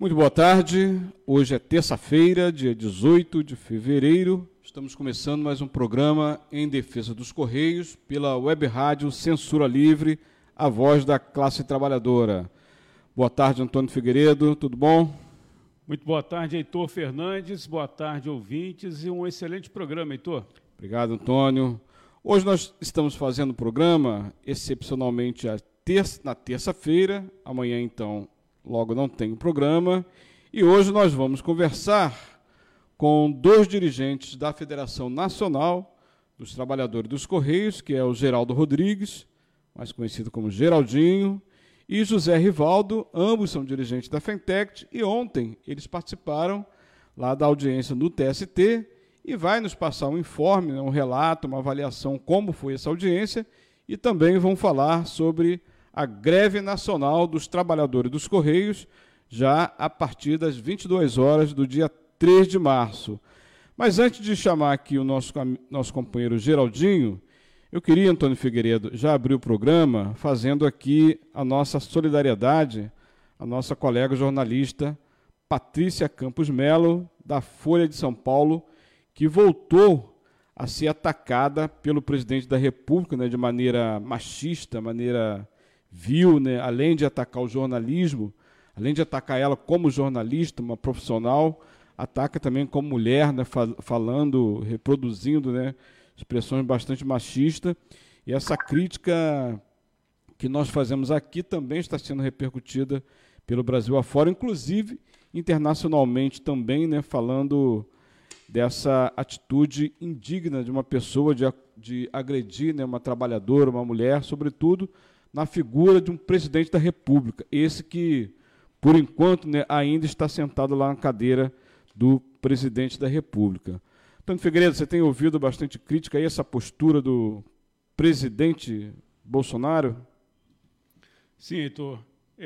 Muito boa tarde, hoje é terça-feira, dia 18 de fevereiro, estamos começando mais um programa em defesa dos Correios pela web rádio Censura Livre, a voz da classe trabalhadora. Boa tarde, Antônio Figueiredo, tudo bom? Muito boa tarde, Heitor Fernandes, boa tarde, ouvintes, e um excelente programa, Heitor. Obrigado, Antônio. Hoje nós estamos fazendo o programa excepcionalmente na terça-feira, amanhã então logo não tem o programa, e hoje nós vamos conversar com dois dirigentes da Federação Nacional dos Trabalhadores dos Correios, que é o Geraldo Rodrigues, mais conhecido como Geraldinho, e José Rivaldo, ambos são dirigentes da Fentect, e ontem eles participaram lá da audiência no TST, e vai nos passar um informe, um relato, uma avaliação como foi essa audiência, e também vão falar sobre a greve nacional dos trabalhadores dos Correios, já a partir das 22 horas do dia 3 de março. Mas antes de chamar aqui o nosso companheiro Geraldinho, eu queria, Antônio Figueiredo, já abrir o programa fazendo aqui a nossa solidariedade à nossa colega jornalista Patrícia Campos Melo, da Folha de São Paulo, que voltou a ser atacada pelo presidente da República, né, de maneira machista, maneira vil, né, além de atacar o jornalismo, além de atacar ela como jornalista, uma profissional, ataca também como mulher, né, falando, reproduzindo, né, expressões bastante machistas. E essa crítica que nós fazemos aqui também está sendo repercutida pelo Brasil afora, inclusive internacionalmente também, né, falando dessa atitude indigna de uma pessoa de agredir, né, uma trabalhadora, uma mulher, sobretudo na figura de um presidente da República, esse que, por enquanto, né, ainda está sentado lá na cadeira do presidente da República. Antônio Figueiredo, você tem ouvido bastante crítica a essa postura do presidente Bolsonaro? Sim, Heitor.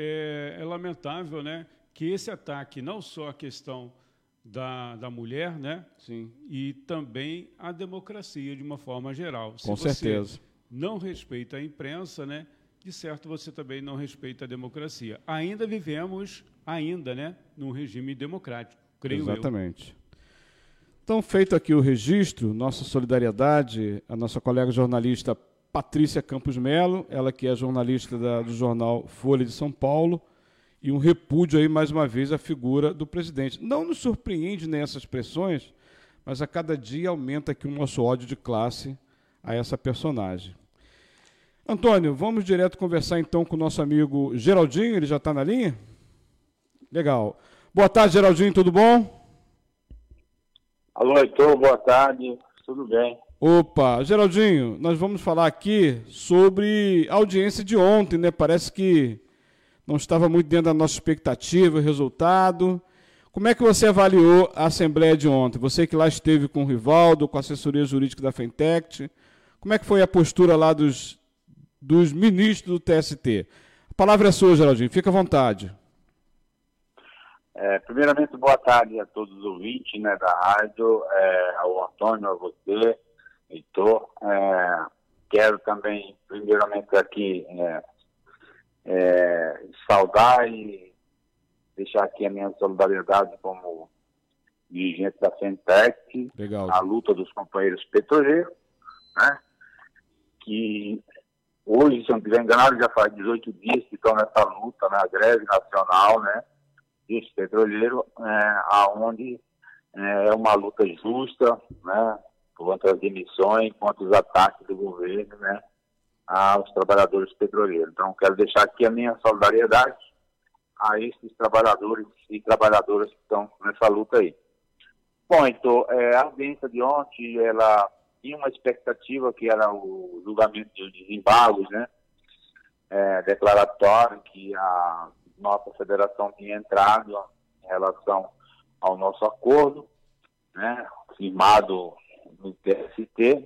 É lamentável, né, que esse ataque, não só a questão da mulher, né, sim, e também a democracia de uma forma geral. Com certeza. Se você não respeita a imprensa, né, de certo você também não respeita a democracia. Ainda vivemos, né, num regime democrático, creio eu. Exatamente. Então, feito aqui o registro, nossa solidariedade à nossa colega jornalista Patrícia Campos Melo, ela que é jornalista do jornal Folha de São Paulo, e um repúdio aí, mais uma vez, à figura do presidente. Não nos surpreende nessas pressões, mas a cada dia aumenta aqui o nosso ódio de classe a essa personagem. Antônio, vamos direto conversar então com o nosso amigo Geraldinho, ele já está na linha? Legal. Boa tarde, Geraldinho, tudo bom? Alô, Heitor, boa tarde, tudo bem? Opa, Geraldinho, nós vamos falar aqui sobre a audiência de ontem, né? Parece que não estava muito dentro da nossa expectativa, o resultado. Como é que você avaliou a Assembleia de ontem? Você que lá esteve com o Rivaldo, com a assessoria jurídica da Fentect, como é que foi a postura lá dos ministros do TST? A palavra é sua, Geraldinho, fica à vontade. Primeiramente, boa tarde a todos os ouvintes, né, da rádio, ao Antônio, a você, Heitor. Quero também, primeiramente, aqui saudar e deixar aqui a minha solidariedade como dirigente da Fentect, Legal. a luta dos companheiros petroleiros, né, que hoje, se eu não estiver enganado, já faz 18 dias que estão nessa luta, na greve nacional, né, dos petroleiros, aonde é uma luta justa, né, contra as demissões, contra os ataques do governo, né, aos trabalhadores petroleiros. Então, quero deixar aqui a minha solidariedade a esses trabalhadores e trabalhadoras que estão nessa luta aí. Bom, então, a audiência de ontem, ela tinha uma expectativa que era o julgamento de desembargos, né, declaratório que a nossa federação tinha entrado em relação ao nosso acordo, né, firmado no TST,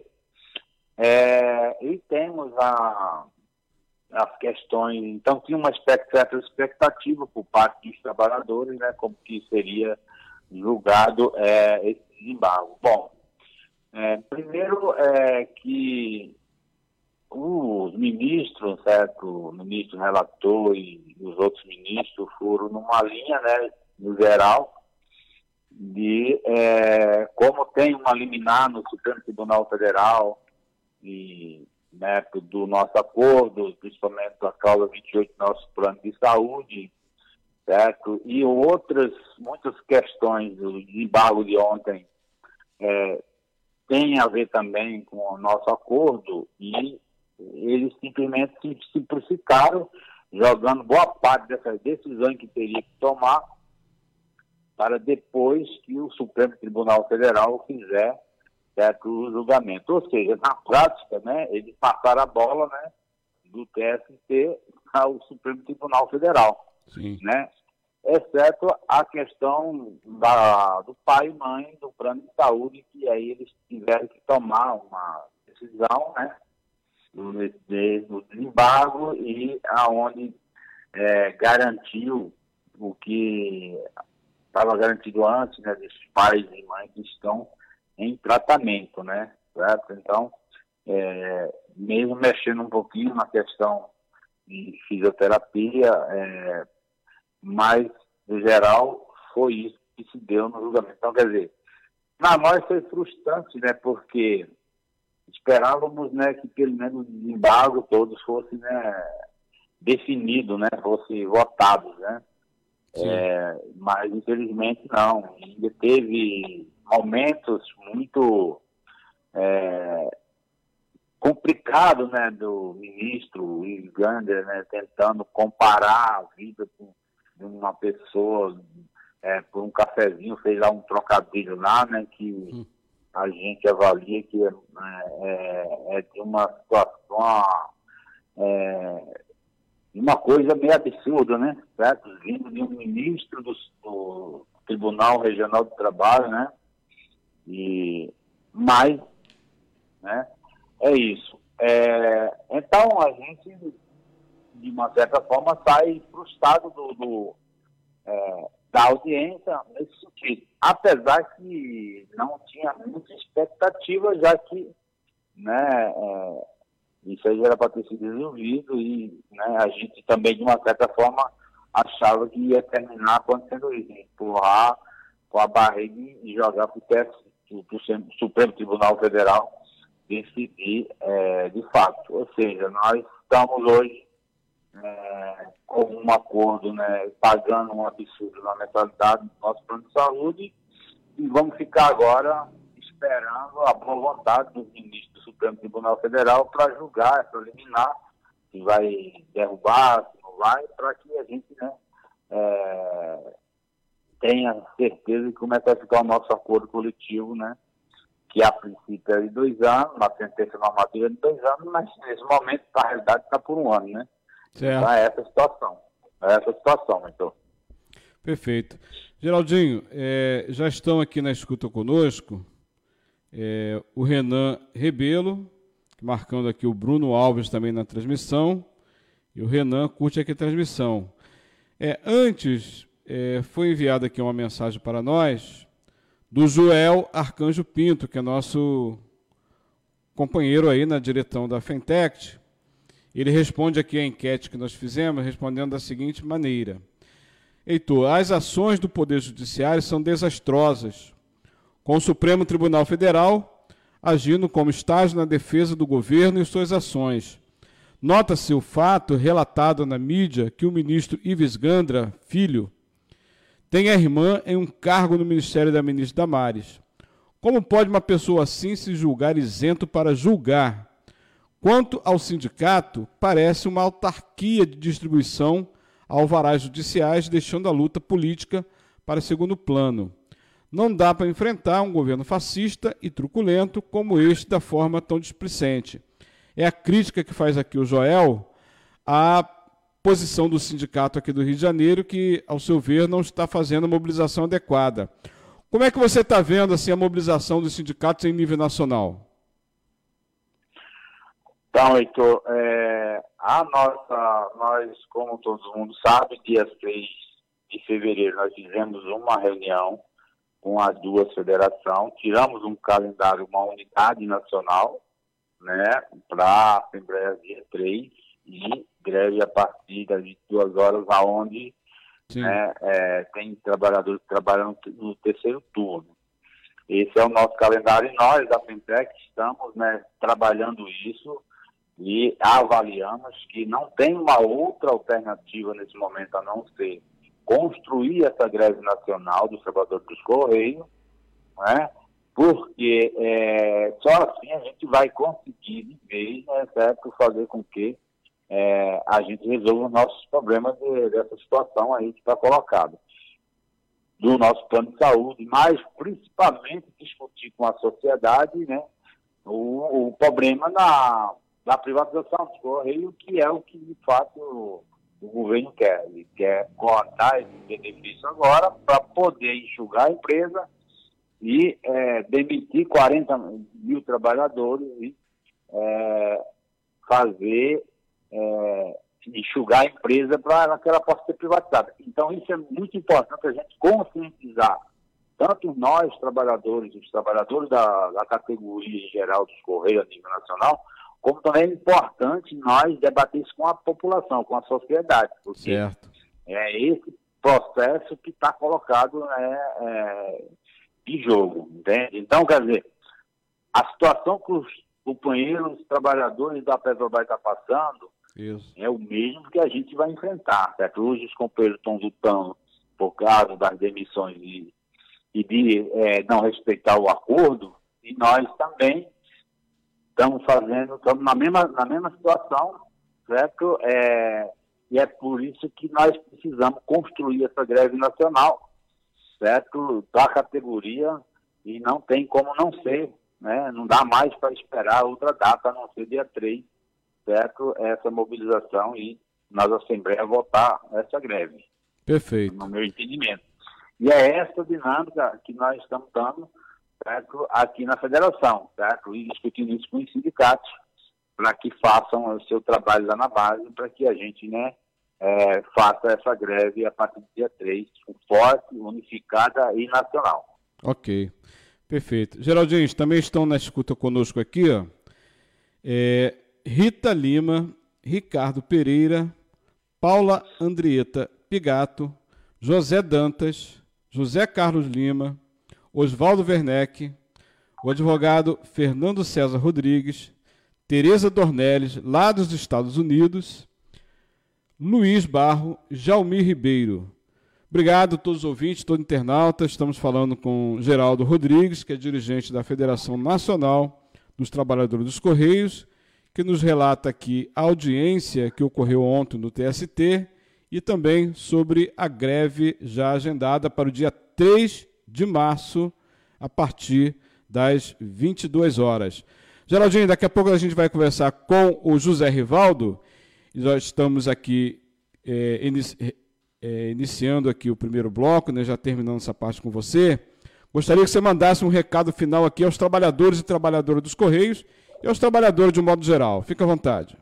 e temos as questões. Então tinha uma certa expectativa por parte dos trabalhadores, né, como que seria julgado esse desembargo. Bom, primeiro que os certo? O ministro relator e os outros ministros foram numa linha, né, no geral, de como tem uma liminar no Supremo Tribunal Federal e, né, do nosso acordo, principalmente da causa 28 do nosso plano de saúde, certo? E muitas questões do embargo de ontem tem a ver também com o nosso acordo, e eles simplesmente se simplificaram, jogando boa parte dessas decisões que teria que tomar para depois que o Supremo Tribunal Federal fizer, certo, o julgamento. Ou seja, na prática, né, eles passaram a bola, né, do TST ao Supremo Tribunal Federal. Sim. Né? Exceto a questão do pai e mãe do plano de saúde, que aí eles tiveram que tomar uma decisão, né, do desembargo, e aonde garantiu o que estava garantido antes, né, dos pais e mães que estão em tratamento, né, certo? Então, mesmo mexendo um pouquinho na questão de fisioterapia, mas, no geral, foi isso que se deu no julgamento. Então, quer dizer, para nós foi frustrante, né, porque esperávamos, né, que pelo menos o desembargo todos fosse, né, definido, né, fosse votados, né, mas infelizmente não. Ainda teve momentos muito complicados, né, do ministro Ives Gandra, né, tentando comparar a vida de uma pessoa por um cafezinho, fez lá um trocadilho lá, né, que a gente avalia que é de uma situação, uma coisa meio absurda, né, certo? Vindo de um ministro do Tribunal Regional do Trabalho, né, mas, né, é isso. Então, a gente, de uma certa forma, sai frustrado da audiência nesse sentido. Apesar que não tinha muita expectativa, já que, né, isso aí era para ter sido resolvido, e, né, a gente também, de uma certa forma, achava que ia terminar acontecendo isso, empurrar com a barriga e jogar para o Supremo Tribunal Federal decidir de fato. Ou seja, nós estamos hoje com um acordo, né, pagando um absurdo na mensalidade do nosso plano de saúde, e vamos ficar agora esperando a boa vontade dos ministros do Supremo Tribunal Federal para julgar essa liminar, se vai derrubar, se não vai, para que a gente, né, tenha certeza de como é que vai ficar o nosso acordo coletivo, né, que a princípio é de 2 anos, na sentença normativa é de 2 anos, mas nesse momento, na realidade, está por 1 ano, né? Certo. Então, essa situação, então. Perfeito. Geraldinho, já estão aqui na escuta conosco o Renan Rebelo, marcando aqui o Bruno Alves também na transmissão, e o Renan curte aqui a transmissão. Antes, foi enviada aqui uma mensagem para nós do Joel Arcanjo Pinto, que é nosso companheiro aí na direção da Fentect. Ele responde aqui a enquete que nós fizemos, respondendo da seguinte maneira: Heitor, as ações do Poder Judiciário são desastrosas, com o Supremo Tribunal Federal agindo como estágio na defesa do governo e suas ações. Nota-se o fato relatado na mídia que o ministro Ives Gandra, filho, tem a irmã em um cargo no Ministério da ministra Damares. Como pode uma pessoa assim se julgar isento para julgar? Quanto ao sindicato, parece uma autarquia de distribuição a alvarás judiciais, deixando a luta política para segundo plano. Não dá para enfrentar um governo fascista e truculento como este da forma tão displicente. É a crítica que faz aqui o Joel à posição do sindicato aqui do Rio de Janeiro, que, ao seu ver, não está fazendo a mobilização adequada. Como é que você está vendo assim, a mobilização dos sindicatos em nível nacional? Então, Heitor, nós, como todo mundo sabe, dia 6 de fevereiro nós fizemos uma reunião com as duas federações, tiramos um calendário, uma unidade nacional, né, para a Assembleia dia 3, e greve a partir das 22 horas, aonde né? Tem trabalhadores que trabalham no terceiro turno. Esse é o nosso calendário e nós, da Fintech, estamos, né, trabalhando isso e avaliamos que não tem uma outra alternativa nesse momento a não ser construir essa greve nacional dos trabalhadores dos Correios, né? Porque só assim a gente vai conseguir, de vez, né, certo, fazer com que a gente resolva os nossos problemas dessa situação aí que está colocada. Do nosso plano de saúde, mas principalmente discutir com a sociedade, né, o problema da privatização dos Correios, que é o que, de fato, o governo quer. Ele quer cortar esse benefício agora para poder enxugar a empresa e demitir 40 mil trabalhadores e fazer enxugar a empresa para que ela possa ser privatizada. Então, isso é muito importante a gente conscientizar tanto nós, trabalhadores, os trabalhadores da categoria em geral dos Correios a nível nacional, como também é importante nós debater isso com a população, com a sociedade, porque é esse processo que está colocado em jogo, entende? Então, quer dizer, a situação que os companheiros trabalhadores da Petrobras estão passando é o mesmo que a gente vai enfrentar, certo? Hoje os companheiros estão lutando por causa das demissões e de não respeitar o acordo, e nós também estamos na mesma situação, certo? E é por isso que nós precisamos construir essa greve nacional, certo? Da categoria, e não tem como não ser, né? Não dá mais para esperar outra data, a não ser dia 3, certo? Essa mobilização e nós, a Assembleia, votar essa greve. Perfeito. No meu entendimento. E é essa dinâmica que nós estamos dando, certo, aqui na federação, certo? E discutindo isso com os sindicatos, para que façam o seu trabalho lá na base, para que a gente, né, faça essa greve a partir do dia 3, forte, unificada e nacional. Ok, perfeito. Geraldinho, também estão na escuta conosco aqui, ó, Rita Lima, Ricardo Pereira, Paula Andrieta Pigato, José Dantas, José Carlos Lima, Oswaldo Werneck, o advogado Fernando César Rodrigues, Tereza Dornelles, lá dos Estados Unidos, Luiz Barro, Jaumir Ribeiro. Obrigado a todos os ouvintes, todos os internautas. Estamos falando com Geraldo Rodrigues, que é dirigente da Federação Nacional dos Trabalhadores dos Correios, que nos relata aqui a audiência que ocorreu ontem no TST e também sobre a greve já agendada para o dia 3 de março, a partir das 22 horas. Geraldinho, daqui a pouco a gente vai conversar com o José Rivaldo. Nós estamos aqui iniciando aqui o primeiro bloco, né, já terminando essa parte com você. Gostaria que você mandasse um recado final aqui aos trabalhadores e trabalhadoras dos Correios e aos trabalhadores de um modo geral. Fica à vontade.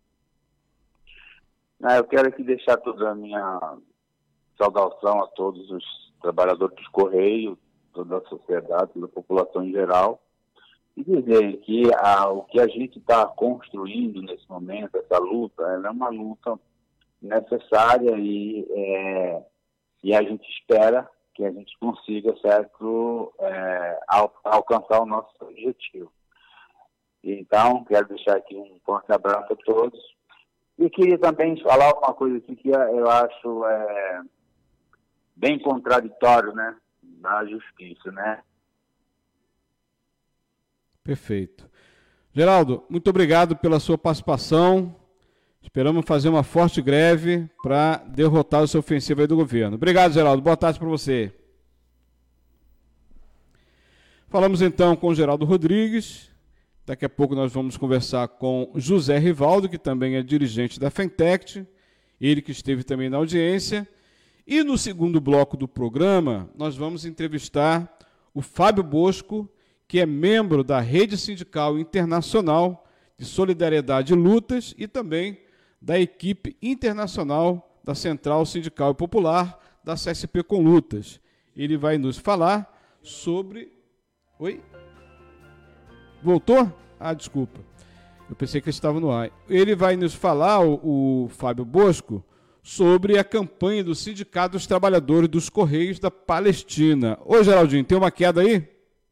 Eu quero aqui deixar toda a minha saudação a todos os trabalhadores dos Correios, toda a sociedade, toda a população em geral, e dizer que o que a gente está construindo nesse momento, essa luta, ela é uma luta necessária e a gente espera que a gente consiga, certo, alcançar o nosso objetivo. Então, quero deixar aqui um forte abraço a todos. E queria também falar uma coisa aqui que eu acho bem contraditório, né, da justiça, né? Perfeito. Geraldo, muito obrigado pela sua participação. Esperamos fazer uma forte greve para derrotar essa ofensiva aí do governo. Obrigado, Geraldo. Boa tarde para você. Falamos então com o Geraldo Rodrigues. Daqui a pouco nós vamos conversar com José Rivaldo, que também é dirigente da Fintech, ele que esteve também na audiência. E no segundo bloco do programa, nós vamos entrevistar o Fábio Bosco, que é membro da Rede Sindical Internacional de Solidariedade e Lutas e também da equipe internacional da Central Sindical e Popular da CSP com Lutas. Ele vai nos falar sobre... Oi? Voltou? Desculpa. Eu pensei que ele estava no ar. Ele vai nos falar, o Fábio Bosco, sobre a campanha do Sindicato dos Trabalhadores dos Correios da Palestina. Ô, Geraldinho, tem uma queda aí?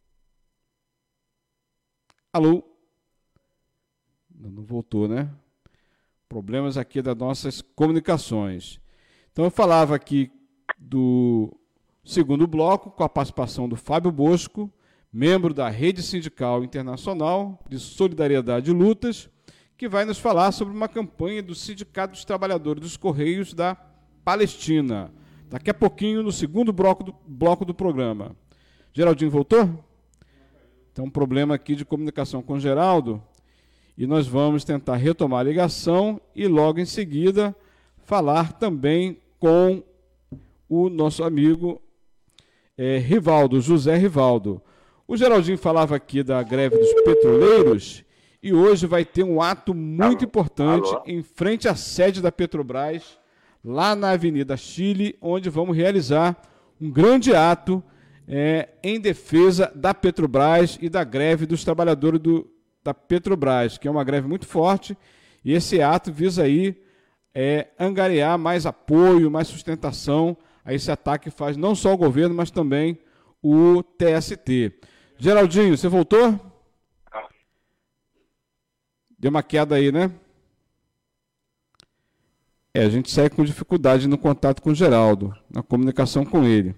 Alô? Não voltou, né? Problemas aqui das nossas comunicações. Então, eu falava aqui do segundo bloco, com a participação do Fábio Bosco, membro da Rede Sindical Internacional de Solidariedade e Lutas, que vai nos falar sobre uma campanha do Sindicato dos Trabalhadores dos Correios da Palestina. Daqui a pouquinho, no segundo bloco do programa. Geraldinho voltou? Tem um problema aqui de comunicação com o Geraldo, e nós vamos tentar retomar a ligação e logo em seguida falar também com o nosso amigo Rivaldo, José Rivaldo. O Geraldinho falava aqui da greve dos petroleiros e hoje vai ter um ato muito importante em frente à sede da Petrobras, lá na Avenida Chile, onde vamos realizar um grande ato em defesa da Petrobras e da greve dos trabalhadores da Petrobras, que é uma greve muito forte, e esse ato visa aí angariar mais apoio, mais sustentação a esse ataque que faz não só o governo, mas também o TST. Geraldinho, você voltou? Deu uma queda aí, né? A gente segue com dificuldade no contato com o Geraldo, na comunicação com ele.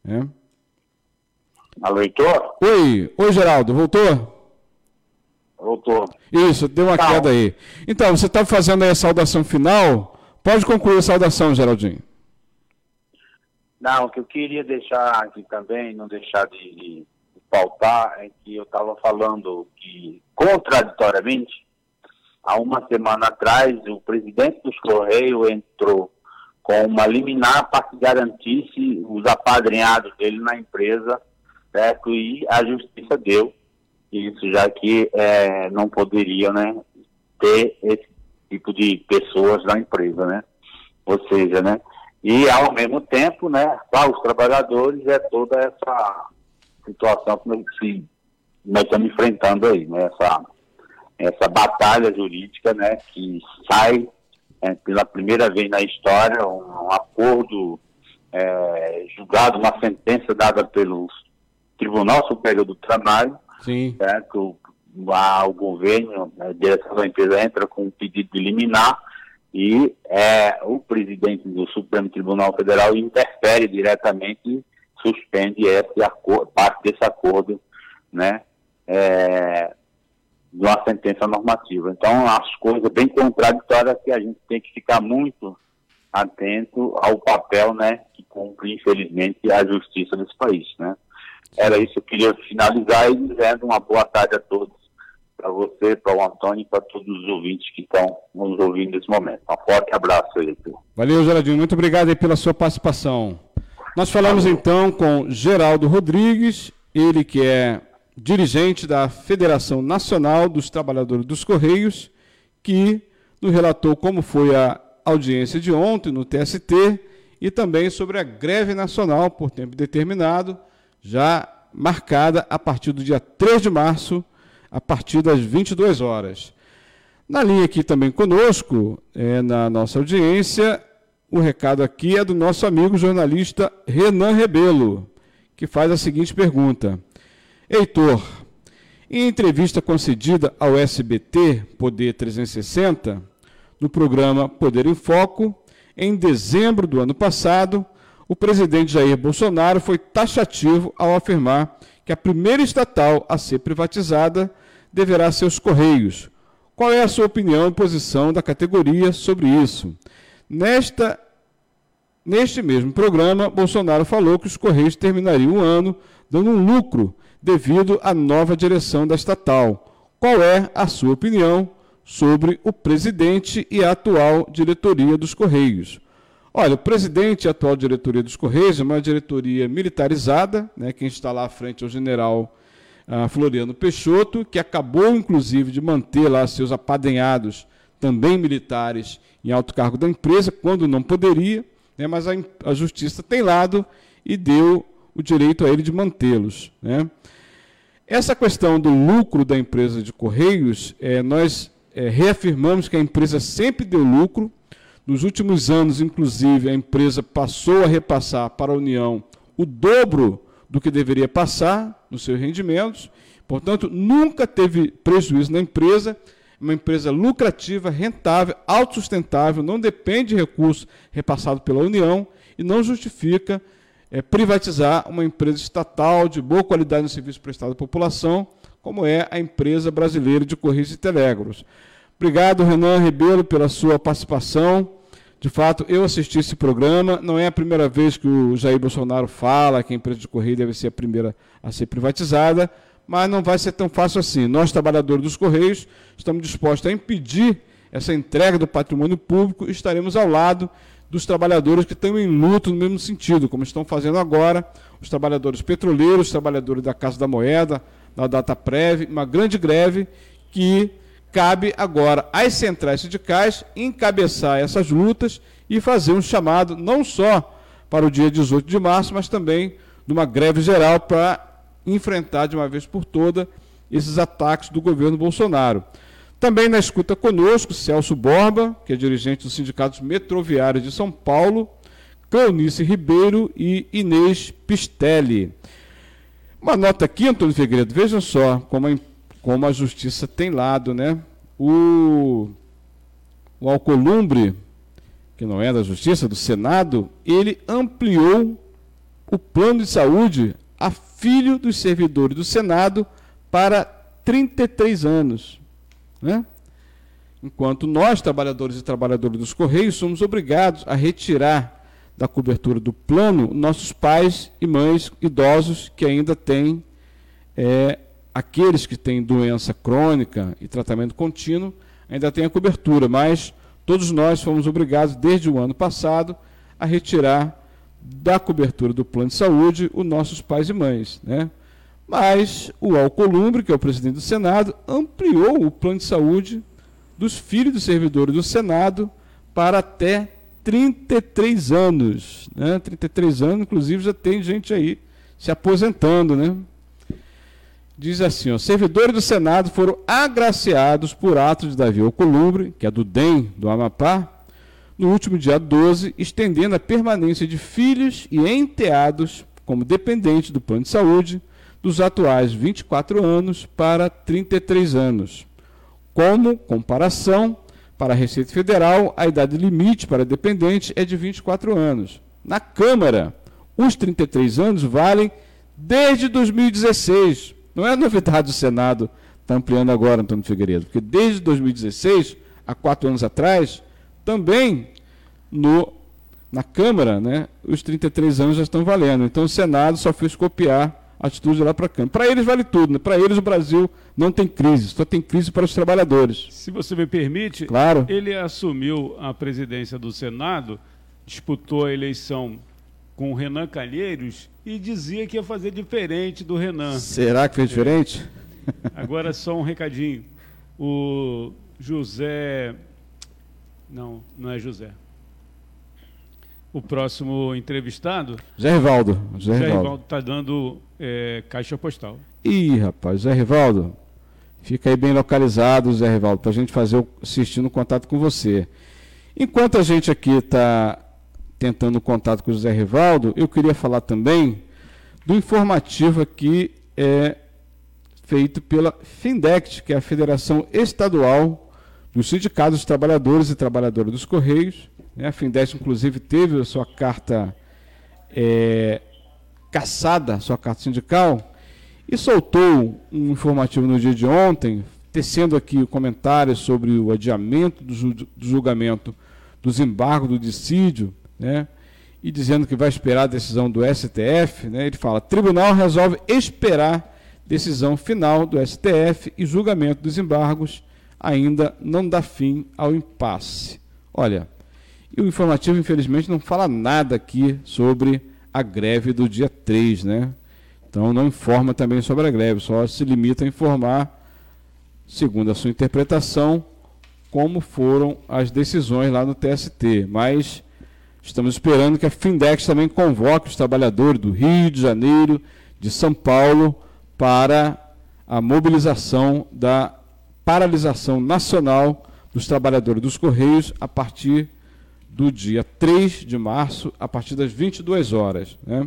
Alô, Heitor? Oi, Geraldo, voltou? Voltou. Isso, deu uma queda aí. Então, você está fazendo aí a saudação final? Pode concluir a saudação, Geraldinho. Não, o que eu queria deixar aqui também, não deixar de pautar, é que eu estava falando que, contraditoriamente, há uma semana atrás, o presidente dos Correios entrou com uma liminar para que garantisse os apadrinhados dele na empresa, certo? E a justiça deu isso, já que não poderia, né, ter esse tipo de pessoas na empresa, né? Ou seja, né? E, ao mesmo tempo, né, para os trabalhadores, toda essa situação que nós estamos enfrentando aí, né? Essa batalha jurídica, né, que sai pela primeira vez na história, um acordo julgado, uma sentença dada pelo Tribunal Superior do Trabalho. Sim. Certo? O governo, a direção da empresa entra com um pedido de liminar e o presidente do Supremo Tribunal Federal interfere diretamente e suspende parte desse acordo, né, de uma sentença normativa. Então, as coisas bem contraditórias que a gente tem que ficar muito atento ao papel, né, que cumpre, infelizmente, a justiça desse país, né. Era isso que eu queria finalizar e dizendo uma boa tarde a todos, para você, para o Antônio e para todos os ouvintes que estão nos ouvindo nesse momento. Um forte abraço aí, Heitor. Valeu, Geraldinho. Muito obrigado aí pela sua participação. Nós falamos então com Geraldo Rodrigues, ele que é dirigente da Federação Nacional dos Trabalhadores dos Correios, que nos relatou como foi a audiência de ontem no TST e também sobre a greve nacional por tempo determinado, já marcada a partir do dia 3 de março, a partir das 22 horas. Na linha aqui também conosco, na nossa audiência, o recado aqui é do nosso amigo jornalista Renan Rebelo, que faz a seguinte pergunta. Heitor, em entrevista concedida ao SBT Poder 360, no programa Poder em Foco, em dezembro do ano passado, o presidente Jair Bolsonaro foi taxativo ao afirmar que a primeira estatal a ser privatizada deverá ser os Correios. Qual é a sua opinião e posição da categoria sobre isso? Neste mesmo programa, Bolsonaro falou que os Correios terminariam o ano dando um lucro devido à nova direção da estatal. Qual é a sua opinião sobre o presidente e a atual diretoria dos Correios? Olha, o presidente e a atual diretoria dos Correios é uma diretoria militarizada, né, quem está lá à frente é o general Floriano Peixoto, que acabou, inclusive, de manter lá seus apadrinhados, também militares, em alto cargo da empresa, quando não poderia, né, mas a justiça tem lado e deu o direito a ele de mantê-los, né. Essa questão do lucro da empresa de Correios, nós reafirmamos que a empresa sempre deu lucro. Nos últimos anos, inclusive, a empresa passou a repassar para a União o dobro do que deveria passar nos seus rendimentos. Portanto, nunca teve prejuízo na empresa. Uma empresa lucrativa, rentável, autossustentável, não depende de recurso repassado pela União e não justifica privatizar uma empresa estatal de boa qualidade no serviço prestado à população, como é a empresa brasileira de Correios e Telégrafos. Obrigado, Renan Ribeiro, pela sua participação. De fato, eu assisti esse programa. Não é a primeira vez que o Jair Bolsonaro fala que a empresa de Correio deve ser a primeira a ser privatizada, mas não vai ser tão fácil assim. Nós, trabalhadores dos Correios, estamos dispostos a impedir essa entrega do patrimônio público e estaremos ao lado dos trabalhadores que estão em luto no mesmo sentido, como estão fazendo agora os trabalhadores petroleiros, os trabalhadores da Casa da Moeda, da Dataprev, uma grande greve que cabe agora às centrais sindicais encabeçar essas lutas e fazer um chamado não só para o dia 18 de março, mas também de uma greve geral para enfrentar de uma vez por todas esses ataques do governo Bolsonaro. Também na escuta conosco, Celso Borba, que é dirigente dos sindicatos metroviários de São Paulo, Cleonice Ribeiro e Inês Pistelli. Uma nota aqui, Antônio Figueiredo, vejam só como a justiça tem lado, né? O Alcolumbre, que não é da justiça, do Senado, ele ampliou o plano de saúde a filho dos servidores do Senado para 33 anos. Né? Enquanto nós, trabalhadores e trabalhadoras dos Correios, somos obrigados a retirar da cobertura do plano nossos pais e mães idosos que ainda têm, aqueles que têm doença crônica e tratamento contínuo, ainda têm a cobertura, mas todos nós fomos obrigados, desde o ano passado, a retirar da cobertura do plano de saúde os nossos pais e mães, né? Mas o Alcolumbre, que é o presidente do Senado, ampliou o plano de saúde dos filhos dos servidores do Senado para até 33 anos, né? 33 anos, inclusive já tem gente aí se aposentando, né? Diz assim, ó, servidores do Senado foram agraciados por ato de Davi Alcolumbre, que é do DEM do Amapá, no último dia 12, estendendo a permanência de filhos e enteados como dependentes do plano de saúde dos atuais 24 anos para 33 anos. Como comparação, para a Receita Federal, a idade limite para dependente é de 24 anos. Na Câmara, os 33 anos valem desde 2016. Não é novidade do Senado está ampliando agora, Antônio Figueiredo, porque desde 2016, há 4 anos atrás, também na Câmara, né, os 33 anos já estão valendo. Então o Senado só fez copiar a atitude lá para a Câmara. Para eles vale tudo, né? Para eles o Brasil não tem crise, só tem crise para os trabalhadores. Se você me permite, claro. Ele assumiu a presidência do Senado, disputou a eleição com o Renan Calheiros e dizia que ia fazer diferente do Renan. Será que fez diferente? Agora só um recadinho. O José... Não é José. O próximo entrevistado... Zé Rivaldo. Zé Rivaldo está dando caixa postal. Ih, rapaz, Zé Rivaldo, fica aí bem localizado, Zé Rivaldo, para a gente fazer assistindo contato com você. Enquanto a gente aqui está tentando contato com o Zé Rivaldo, eu queria falar também do informativo aqui feito pela FINDECT, que é a Federação Estadual dos Sindicatos dos Trabalhadores e Trabalhadoras dos Correios. A FINDECT, inclusive, teve a sua carta cassada, sua carta sindical, e soltou um informativo no dia de ontem, tecendo aqui o comentário sobre o adiamento do julgamento dos embargos do dissídio, né, e dizendo que vai esperar a decisão do STF. Né, ele fala, tribunal resolve esperar decisão final do STF e julgamento dos embargos ainda não dá fim ao impasse. Olha, e o informativo, infelizmente, não fala nada aqui sobre a greve do dia 3, né? Então, não informa também sobre a greve, só se limita a informar, segundo a sua interpretação, como foram as decisões lá no TST. Mas estamos esperando que a FINDECT também convoque os trabalhadores do Rio de Janeiro, de São Paulo, para a mobilização da paralisação nacional dos trabalhadores dos Correios a partir do dia 3 de março, a partir das 22 horas. Né?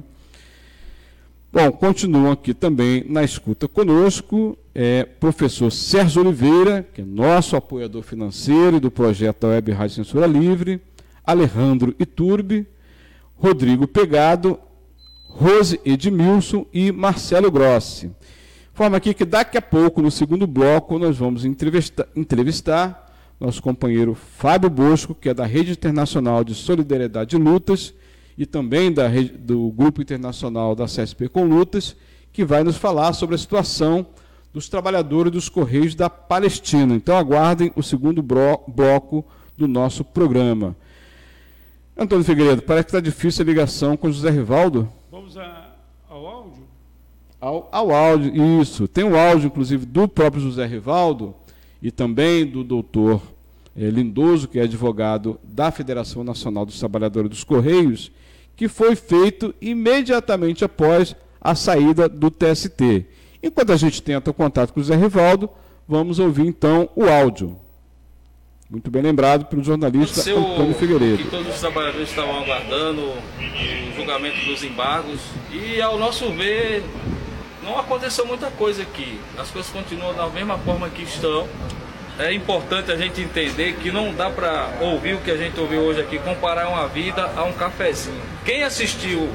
Bom, continuam aqui também na escuta conosco, professor Sérgio Oliveira, que é nosso apoiador financeiro do projeto da Web Rádio Censura Livre, Alejandro Iturbe, Rodrigo Pegado, Rose Edmilson e Marcelo Grossi. Forma aqui que daqui a pouco, no segundo bloco, nós vamos entrevistar nosso companheiro Fábio Bosco, que é da Rede Internacional de Solidariedade e Lutas, e também do Grupo Internacional da CSP com Lutas, que vai nos falar sobre a situação dos trabalhadores dos Correios da Palestina. Então aguardem o segundo bloco do nosso programa. Antônio Figueiredo, parece que está difícil a ligação com o José Rivaldo. Vamos ao áudio? Ao áudio, isso. Tem um áudio, inclusive, do próprio José Rivaldo e também do doutor Lindoso, que é advogado da Federação Nacional dos Trabalhadores dos Correios, que foi feito imediatamente após a saída do TST. Enquanto a gente tenta o contato com o José Rivaldo, vamos ouvir então o áudio. Muito bem lembrado pelo jornalista Antônio Figueiredo. Que todos os trabalhadores estavam aguardando o julgamento dos embargos e, ao nosso ver, não aconteceu muita coisa aqui. As coisas continuam da mesma forma que estão. É importante a gente entender que não dá para ouvir o que a gente ouviu hoje aqui, comparar uma vida a um cafezinho. Quem assistiu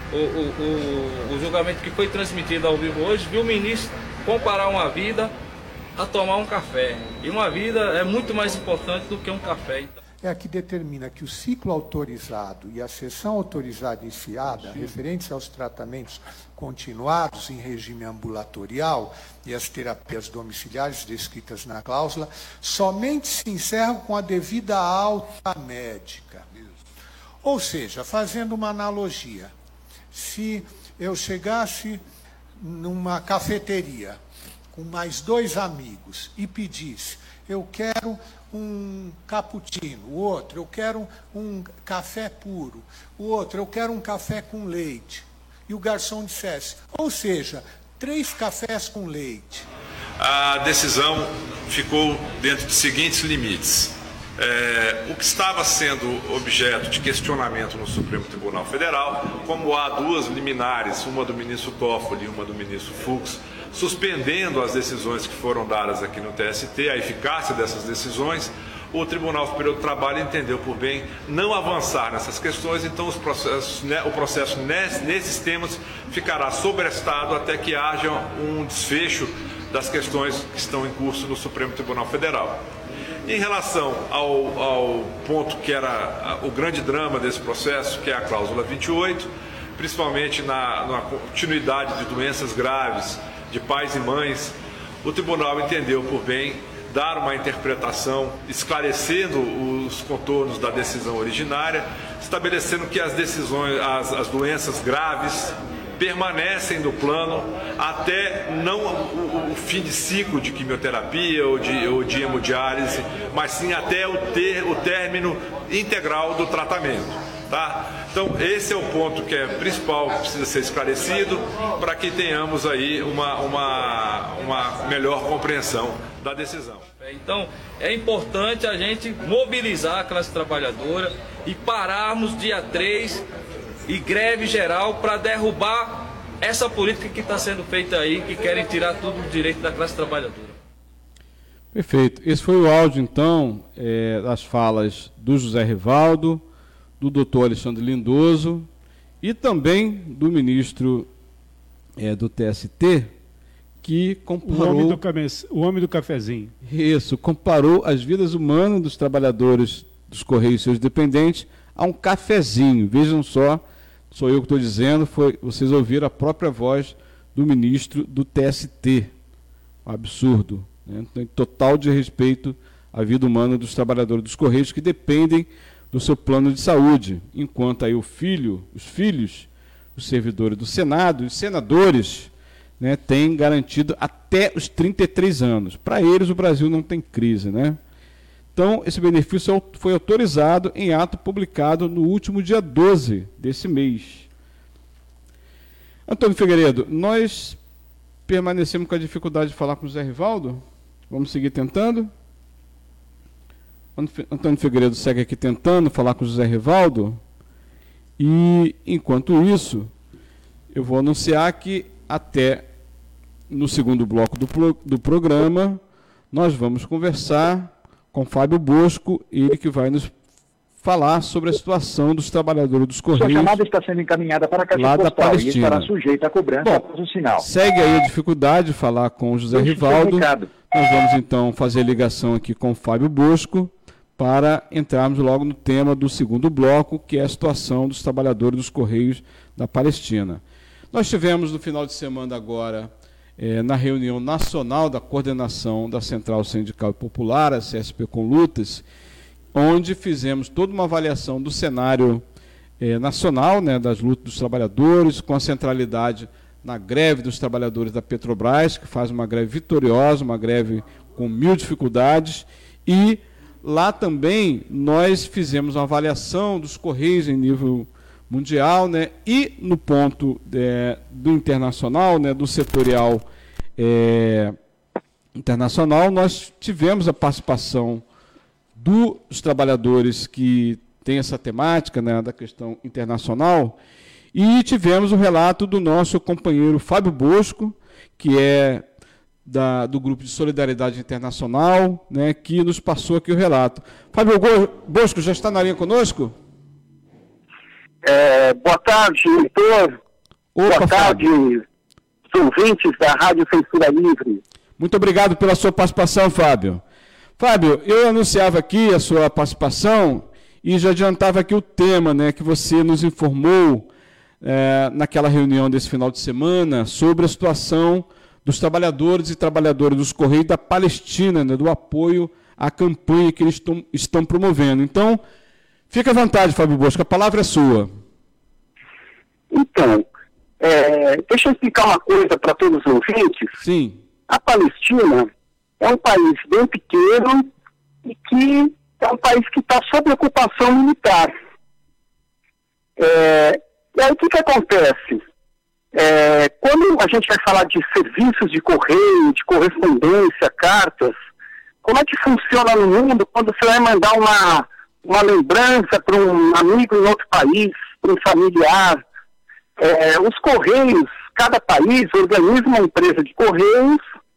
o julgamento que foi transmitido ao vivo hoje, viu o ministro comparar uma vida a tomar um café. E uma vida é muito mais importante do que um café. É a que determina que o ciclo autorizado e a sessão autorizada iniciada, referentes aos tratamentos continuados em regime ambulatorial e as terapias domiciliares descritas na cláusula, somente se encerram com a devida alta médica. Ou seja, fazendo uma analogia, se eu chegasse numa cafeteria com mais 2 amigos e pedisse: eu quero um cappuccino, o outro, eu quero um café puro, o outro, eu quero um café com leite, e o garçom dissesse, ou seja, 3 cafés com leite. A decisão ficou dentro de seguintes limites. O que estava sendo objeto de questionamento no Supremo Tribunal Federal, como há 2 liminares, uma do ministro Toffoli e uma do ministro Fux, suspendendo as decisões que foram dadas aqui no TST, a eficácia dessas decisões, o Tribunal Superior do Trabalho entendeu por bem não avançar nessas questões, então o processo nesses temas ficará sobrestado até que haja um desfecho das questões que estão em curso no Supremo Tribunal Federal. Em relação ao ponto que era o grande drama desse processo, que é a cláusula 28, principalmente na continuidade de doenças graves de pais e mães, o tribunal entendeu por bem dar uma interpretação, esclarecendo os contornos da decisão originária, estabelecendo que as doenças graves permanecem no plano até não o fim de ciclo de quimioterapia ou de hemodiálise, mas sim até o término integral do tratamento. Tá? Então, esse é o ponto que é principal, que precisa ser esclarecido, para que tenhamos aí uma melhor compreensão da decisão. Então, é importante a gente mobilizar a classe trabalhadora e pararmos dia 3 e greve geral para derrubar essa política que está sendo feita aí, que querem tirar tudo o direito da classe trabalhadora. Perfeito. Esse foi o áudio, então, das falas do José Rivaldo, do doutor Alexandre Lindoso e também do ministro do TST, que comparou... O homem do cafezinho. Isso, comparou as vidas humanas dos trabalhadores dos Correios e seus dependentes a um cafezinho. Vejam só, sou eu que estou dizendo, vocês ouviram a própria voz do ministro do TST. Um absurdo. Né? Tem total desrespeito à vida humana dos trabalhadores dos Correios que dependem do seu plano de saúde, enquanto aí os filhos, os servidores do Senado, os senadores, né, têm garantido até os 33 anos. Para eles, o Brasil não tem crise, né? Então, esse benefício foi autorizado em ato publicado no último dia 12 desse mês. Antônio Figueiredo, nós permanecemos com a dificuldade de falar com o José Rivaldo? Vamos seguir tentando? Antônio Figueiredo segue aqui tentando falar com o José Rivaldo. E, enquanto isso, eu vou anunciar que até no segundo bloco do programa, nós vamos conversar com Fábio Bosco, ele que vai nos falar sobre a situação dos trabalhadores dos Correios. Sua chamada está sendo encaminhada para a caixa postal e estará sujeita a cobrança após o sinal. Segue aí a dificuldade de falar com o José Rivaldo. Nós vamos então fazer a ligação aqui com o Fábio Bosco para entrarmos logo no tema do segundo bloco, que é a situação dos trabalhadores dos Correios da Palestina. Nós tivemos no final de semana agora, na reunião nacional da coordenação da Central Sindical e Popular, a CSP com Lutas, onde fizemos toda uma avaliação do cenário nacional, né, das lutas dos trabalhadores, com a centralidade na greve dos trabalhadores da Petrobras, que faz uma greve vitoriosa, uma greve com 1000 dificuldades, e lá também nós fizemos uma avaliação dos Correios em nível mundial, né, e no ponto do internacional, né, do setorial internacional, nós tivemos a participação dos trabalhadores que têm essa temática, né, da questão internacional, e tivemos o relato do nosso companheiro Fábio Bosco, que é do Grupo de Solidariedade Internacional, né, que nos passou aqui o relato. Fábio Bosco, já está na linha conosco? Boa tarde, Heitor. Boa tarde, os ouvintes da Rádio Censura Livre. Muito obrigado pela sua participação, Fábio. Fábio, eu anunciava aqui a sua participação e já adiantava aqui o tema, né, que você nos informou naquela reunião desse final de semana sobre a situação dos trabalhadores e trabalhadoras dos Correios da Palestina, né, do apoio à campanha que eles estão promovendo. Então, fique à vontade, Fábio Bosco, a palavra é sua. Então, deixa eu explicar uma coisa para todos os ouvintes. Sim. A Palestina é um país bem pequeno e que é um país que está sob ocupação militar. E aí o que acontece? Quando a gente vai falar de serviços de correio, de correspondência, cartas, como é que funciona no mundo quando você vai mandar uma lembrança para um amigo em outro país, para um familiar? Os correios, cada país organiza uma empresa de correios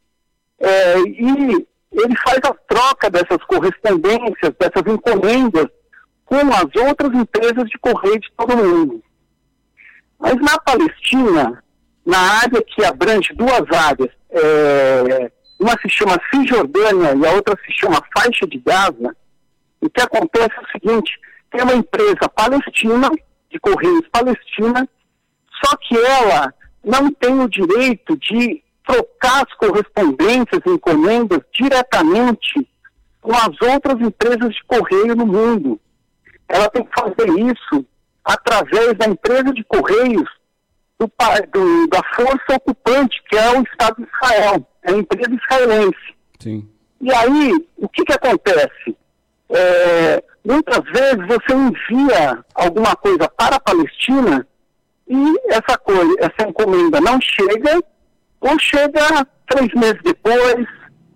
e ele faz a troca dessas correspondências, dessas encomendas com as outras empresas de correio de todo mundo. Mas na Palestina, na área que abrange duas áreas, uma se chama Cisjordânia e a outra se chama Faixa de Gaza, o que acontece é o seguinte: tem uma empresa palestina, de Correios Palestina, só que ela não tem o direito de trocar as correspondências e encomendas diretamente com as outras empresas de correio no mundo. Ela tem que fazer isso através da empresa de correios da força ocupante, que é o Estado de Israel, é a empresa israelense. Sim. E aí, o que acontece? Muitas vezes você envia alguma coisa para a Palestina e essa encomenda não chega, ou chega 3 meses depois.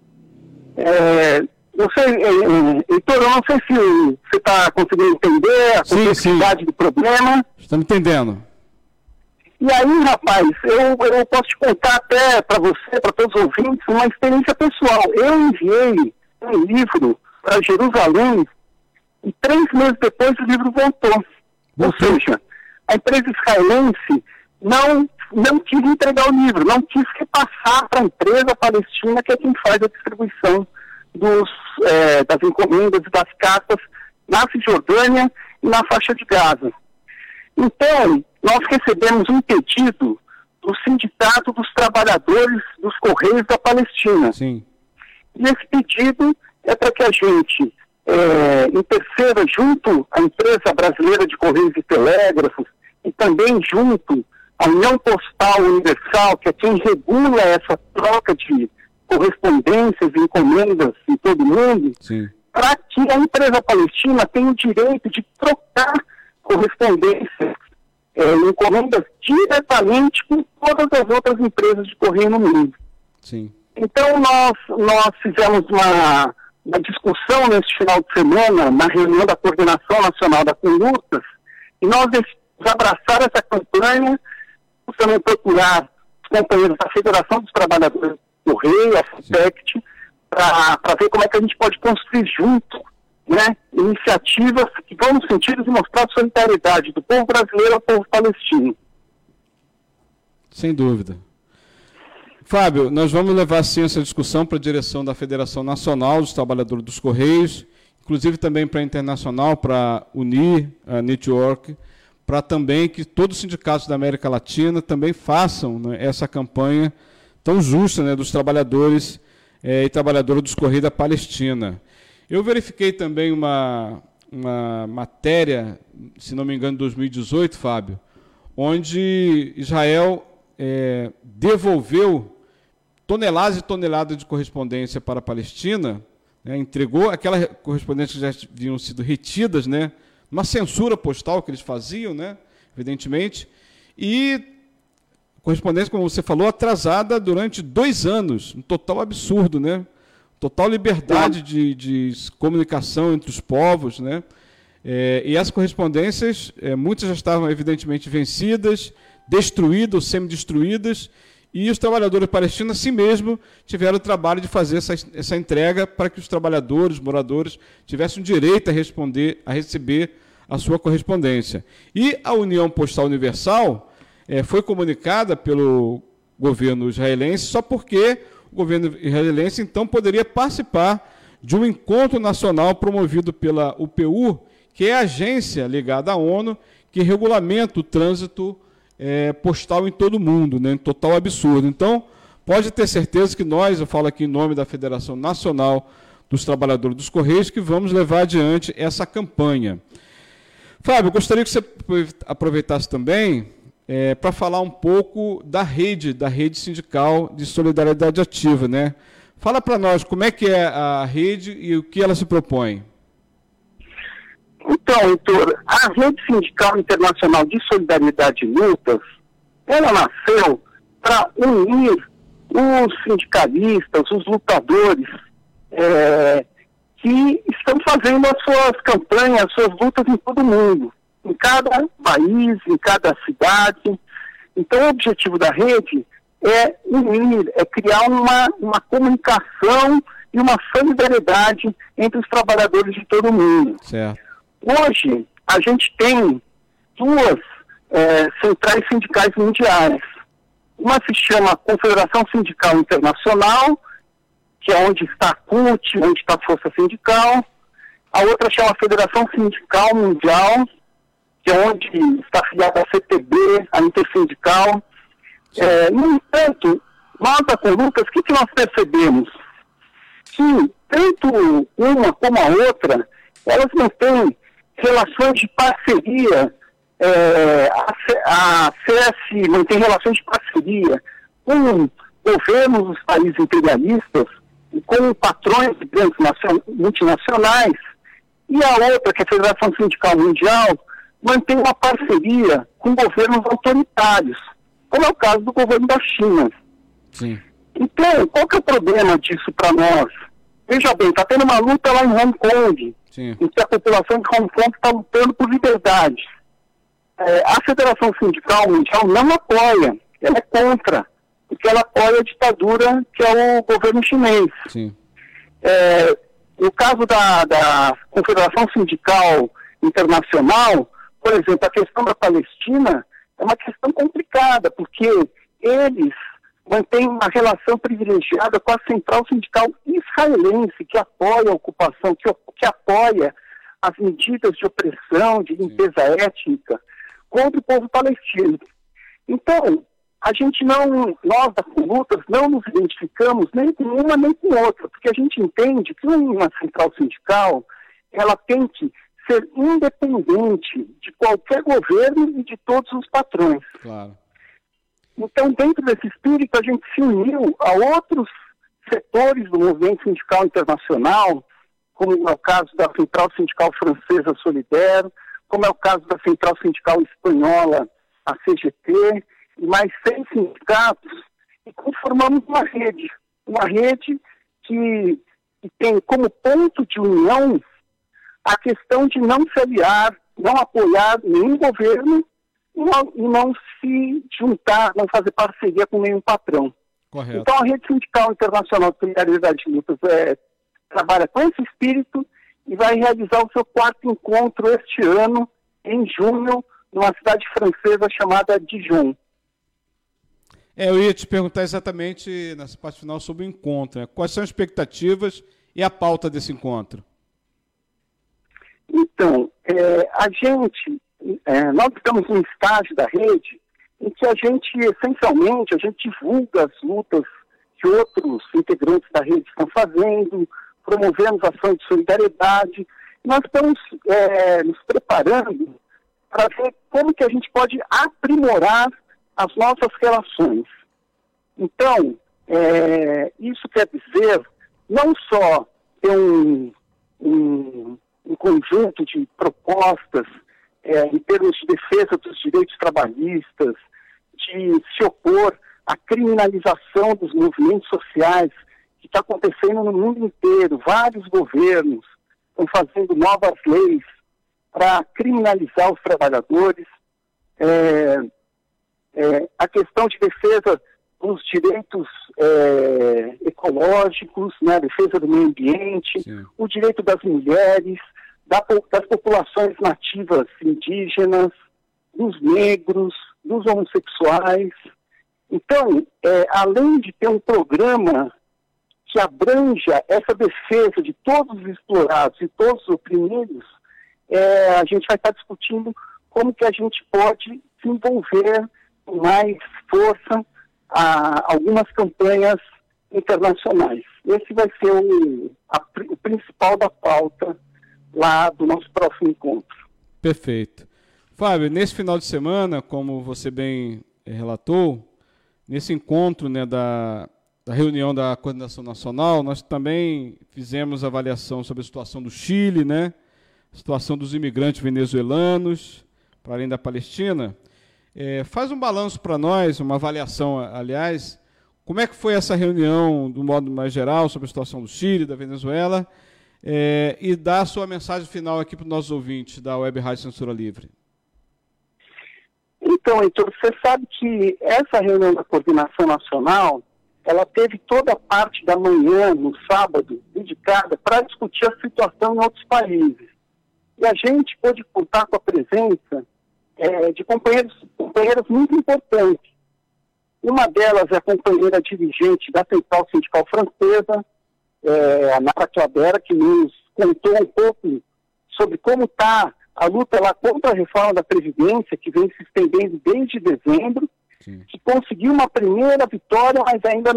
Não sei, Heitor, eu não sei se você está conseguindo entender a complexidade do problema. Estamos entendendo. E aí, rapaz, eu posso te contar até para você, para todos os ouvintes, uma experiência pessoal. Eu enviei um livro para Jerusalém e 3 meses depois o livro voltou. Ou seja, a empresa israelense não quis entregar o livro, não quis repassar para a empresa palestina, que é quem faz a distribuição das encomendas e das cartas na Cisjordânia e na Faixa de Gaza. Então, nós recebemos um pedido do Sindicato dos Trabalhadores dos Correios da Palestina. Sim. E esse pedido é para que a gente interfira junto à Empresa Brasileira de Correios e Telégrafos e também junto à União Postal Universal, que é quem regula essa troca de correspondências e encomendas em todo o mundo, para que a empresa palestina tenha o direito de trocar correspondências e encomendas diretamente com todas as outras empresas de correio no mundo. Sim. Então nós fizemos discussão neste final de semana, na reunião da Coordenação Nacional da Conlutas, e nós decidimos abraçar essa campanha, também procurar os companheiros da Federação dos Trabalhadores do Correio, a FUTECT, para ver como é que a gente pode construir junto, né, iniciativas que vão no sentido de mostrar a solidariedade do povo brasileiro ao povo palestino. Sem dúvida. Fábio, nós vamos levar sim essa discussão para a direção da Federação Nacional dos Trabalhadores dos Correios, inclusive também para a Internacional, para unir a network, para também que todos os sindicatos da América Latina também façam, né, essa campanha tão justa, né, dos trabalhadores e trabalhadoras dos Correios da Palestina. Eu verifiquei também uma matéria, se não me engano, de 2018, Fábio, onde Israel devolveu toneladas e toneladas de correspondência para a Palestina, né, entregou aquelas correspondências que já haviam sido retidas, né, uma censura postal que eles faziam, né, evidentemente, e correspondência, como você falou, atrasada durante 2 anos, um total absurdo, né, total liberdade de comunicação entre os povos, né, e as correspondências, muitas já estavam evidentemente vencidas, destruídas ou semi-destruídas, e os trabalhadores palestinos, assim mesmo, tiveram o trabalho de fazer essa entrega para que os trabalhadores, os moradores, tivessem o direito a receber a sua correspondência. E a União Postal Universal foi comunicada pelo governo israelense só porque o governo israelense, então, poderia participar de um encontro nacional promovido pela UPU, que é a agência ligada à ONU, que regulamenta o trânsito postal em todo o mundo, né? Total absurdo. Então, pode ter certeza que nós, eu falo aqui em nome da Federação Nacional dos Trabalhadores dos Correios, que vamos levar adiante essa campanha. Fábio, eu gostaria que você aproveitasse também para falar um pouco da rede sindical de solidariedade ativa, né? Fala para nós como é que é a rede e o que ela se propõe. Então, Heitor, a Rede Sindical Internacional de Solidariedade e Lutas, ela nasceu para unir os sindicalistas, os lutadores que estão fazendo as suas campanhas, as suas lutas em todo o mundo, em cada país, em cada cidade. Então, o objetivo da rede é unir, é criar uma comunicação e uma solidariedade entre os trabalhadores de todo o mundo. Certo. Hoje, a gente tem 2 centrais sindicais mundiais. Uma se chama Confederação Sindical Internacional, que é onde está a CUT, onde está a Força Sindical. A outra chama Federação Sindical Mundial, que é onde está afiliada a CTB, a Intersindical. No entanto, nós da Conlutas, o que nós percebemos? Que tanto uma como a outra, elas não têm relações de parceria, a CS mantém relações de parceria com governos dos países imperialistas e com patrões de grandes multinacionais, e a outra, que é a Federação Sindical Mundial, mantém uma parceria com governos autoritários, como é o caso do governo da China. Sim. Então, qual que é o problema disso para nós? Veja bem, está tendo uma luta lá em Hong Kong, sim, em que a população de Hong Kong está lutando por liberdade. A Federação Sindical Mundial não apoia, ela é contra, porque ela apoia a ditadura que é o governo chinês. Sim. No caso da Confederação Sindical Internacional, por exemplo, a questão da Palestina é uma questão complicada, porque eles mantêm uma relação privilegiada com a Central Sindical Israelense, que apoia a ocupação, que apoia as medidas de opressão, de limpeza étnica contra o povo palestino. Então, nós da Conlutas não nos identificamos nem com uma nem com outra, porque a gente entende que uma central sindical, ela tem que ser independente de qualquer governo e de todos os patrões. Claro. Então, dentro desse espírito, a gente se uniu a outros setores do movimento sindical internacional, como é o caso da Central Sindical Francesa Solidaire, como é o caso da Central Sindical Espanhola, a CGT, e mais 6 sindicatos, e conformamos uma rede que que tem como ponto de união a questão de não se aliar, não apoiar nenhum governo e não se juntar, não fazer parceria com nenhum patrão. Correto. Então, a Rede Sindical Internacional de Solidariedade de Lutas trabalha com esse espírito e vai realizar o seu 4º encontro este ano, em junho, numa cidade francesa chamada Dijon. Eu ia te perguntar exatamente, nessa parte final, sobre o encontro. Né? Quais são as expectativas e a pauta desse encontro? Então, nós estamos num estágio da rede em que essencialmente, a gente divulga as lutas que outros integrantes da rede estão fazendo, promovemos ações de solidariedade. Nós estamos nos preparando para ver como que a gente pode aprimorar as nossas relações. Então, isso quer dizer não só ter um conjunto de propostas em termos de defesa dos direitos trabalhistas, de se opor à criminalização dos movimentos sociais que está acontecendo no mundo inteiro. Vários governos estão fazendo novas leis para criminalizar os trabalhadores. A questão de defesa dos direitos ecológicos, né, a defesa do meio ambiente, sim, o direito das mulheres, das populações nativas indígenas, dos negros, dos homossexuais. Então, além de ter um programa que abranja essa defesa de todos os explorados e todos os oprimidos, a gente vai estar discutindo como que a gente pode desenvolver com mais força algumas campanhas internacionais. Esse vai ser o principal da pauta lá do nosso próximo encontro. Perfeito. Fábio, nesse final de semana, como você bem relatou, nesse encontro, né, da reunião da Coordenação Nacional, nós também fizemos avaliação sobre a situação do Chile, né, a situação dos imigrantes venezuelanos, para além da Palestina. Faz um balanço para nós, uma avaliação, aliás, como é que foi essa reunião, do modo mais geral, sobre a situação do Chile, da Venezuela, e dá a sua mensagem final aqui para os nossos ouvintes da Web Rádio Censura Livre. Então, Heitor, você sabe que essa reunião da Coordenação Nacional, ela teve toda a parte da manhã, no sábado, dedicada para discutir a situação em outros países. E a gente pôde contar com a presença de companheiras muito importantes. Uma delas é a companheira dirigente da Central Sindical Francesa, a Nara Clabera, que nos contou um pouco sobre como está a luta lá contra a reforma da Previdência, que vem se estendendo desde dezembro, sim, que conseguiu uma primeira vitória, mas ainda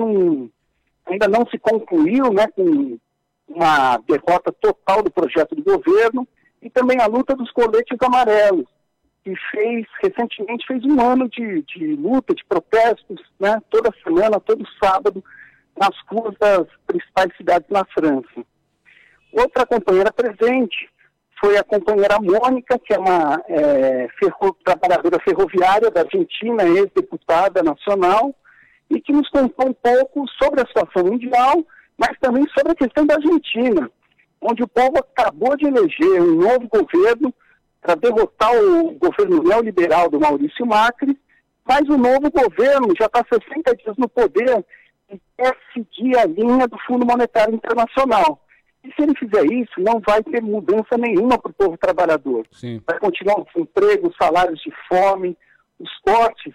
não se concluiu, né, com uma derrota total do projeto do governo, e também a luta dos coletes amarelos, que recentemente fez um ano de luta, de protestos, né, toda semana, todo sábado, nas ruas das principais cidades na França. Outra companheira presente foi a companheira Mônica, que é uma trabalhadora ferroviária da Argentina, ex-deputada nacional, e que nos contou um pouco sobre a situação mundial, mas também sobre a questão da Argentina, onde o povo acabou de eleger um novo governo para derrotar o governo neoliberal do Maurício Macri, mas o novo governo já está 60 dias no poder e quer seguir a linha do Fundo Monetário Internacional. E se ele fizer isso, não vai ter mudança nenhuma para o povo trabalhador. Sim. Vai continuar o desemprego, os salários de fome, os cortes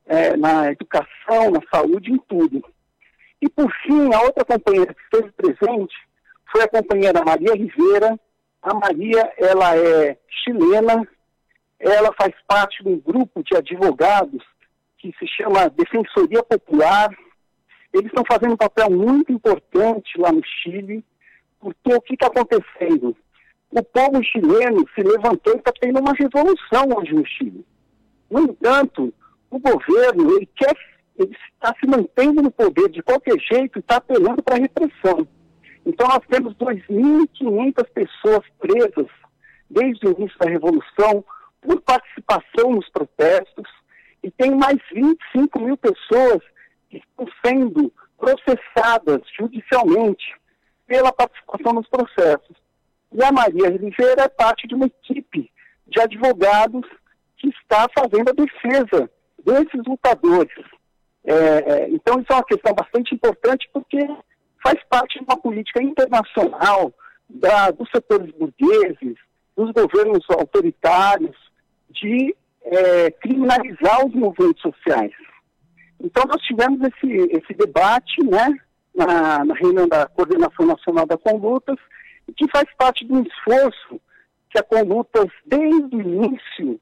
na educação, na saúde, em tudo. E, por fim, a outra companheira que esteve presente foi a companheira Maria Rivera. A Maria, ela é chilena, ela faz parte de um grupo de advogados que se chama Defensoria Popular. Eles estão fazendo um papel muito importante lá no Chile, porque o que está acontecendo? O povo chileno se levantou e está tendo uma revolução hoje no Chile. No entanto, o governo ele está se mantendo no poder de qualquer jeito e está apelando para a repressão. Então nós temos 2.500 pessoas presas desde o início da Revolução por participação nos protestos e tem mais 25 mil pessoas que estão sendo processadas judicialmente pela participação nos processos. E a Maria Oliveira é parte de uma equipe de advogados que está fazendo a defesa desses lutadores. Então, isso é uma questão bastante importante, porque faz parte de uma política internacional dos setores burgueses, dos governos autoritários, de criminalizar os movimentos sociais. Então, nós tivemos esse debate, né, na reunião da Coordenação Nacional da Conlutas, que faz parte de um esforço que a Conlutas, desde o início,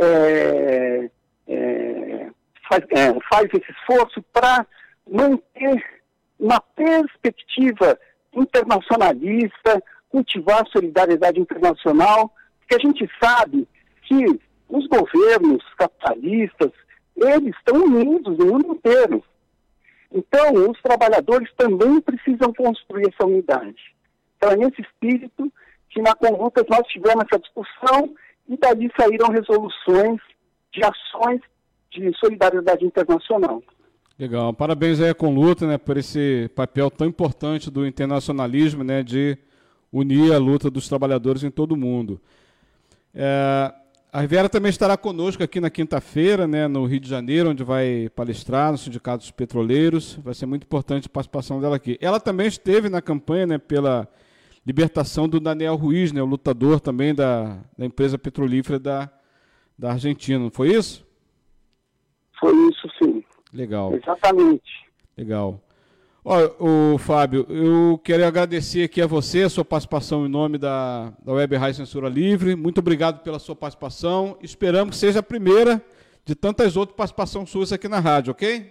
faz esse esforço para manter uma perspectiva internacionalista, cultivar a solidariedade internacional, porque a gente sabe que os governos capitalistas, eles estão unidos no mundo inteiro. Então, os trabalhadores também precisam construir essa unidade. Então, é nesse espírito que na Conlutas nós tivemos essa discussão e dali saíram resoluções de ações de solidariedade internacional. Legal. Parabéns aí à Conluta, né, por esse papel tão importante do internacionalismo, né, de unir a luta dos trabalhadores em todo o mundo. A Riviera também estará conosco aqui na quinta-feira, né, no Rio de Janeiro, onde vai palestrar no Sindicato dos Petroleiros. Vai ser muito importante a participação dela aqui. Ela também esteve na campanha, né, pela libertação do Daniel Ruiz, né, o lutador também da empresa petrolífera da Argentina. Não foi isso? Foi isso, sim. Legal. Exatamente. Legal. Ó, Fábio, eu quero agradecer aqui a você, a sua participação em nome da Web Rádio Censura Livre. Muito obrigado pela sua participação. Esperamos que seja a primeira de tantas outras participações suas aqui na rádio, ok?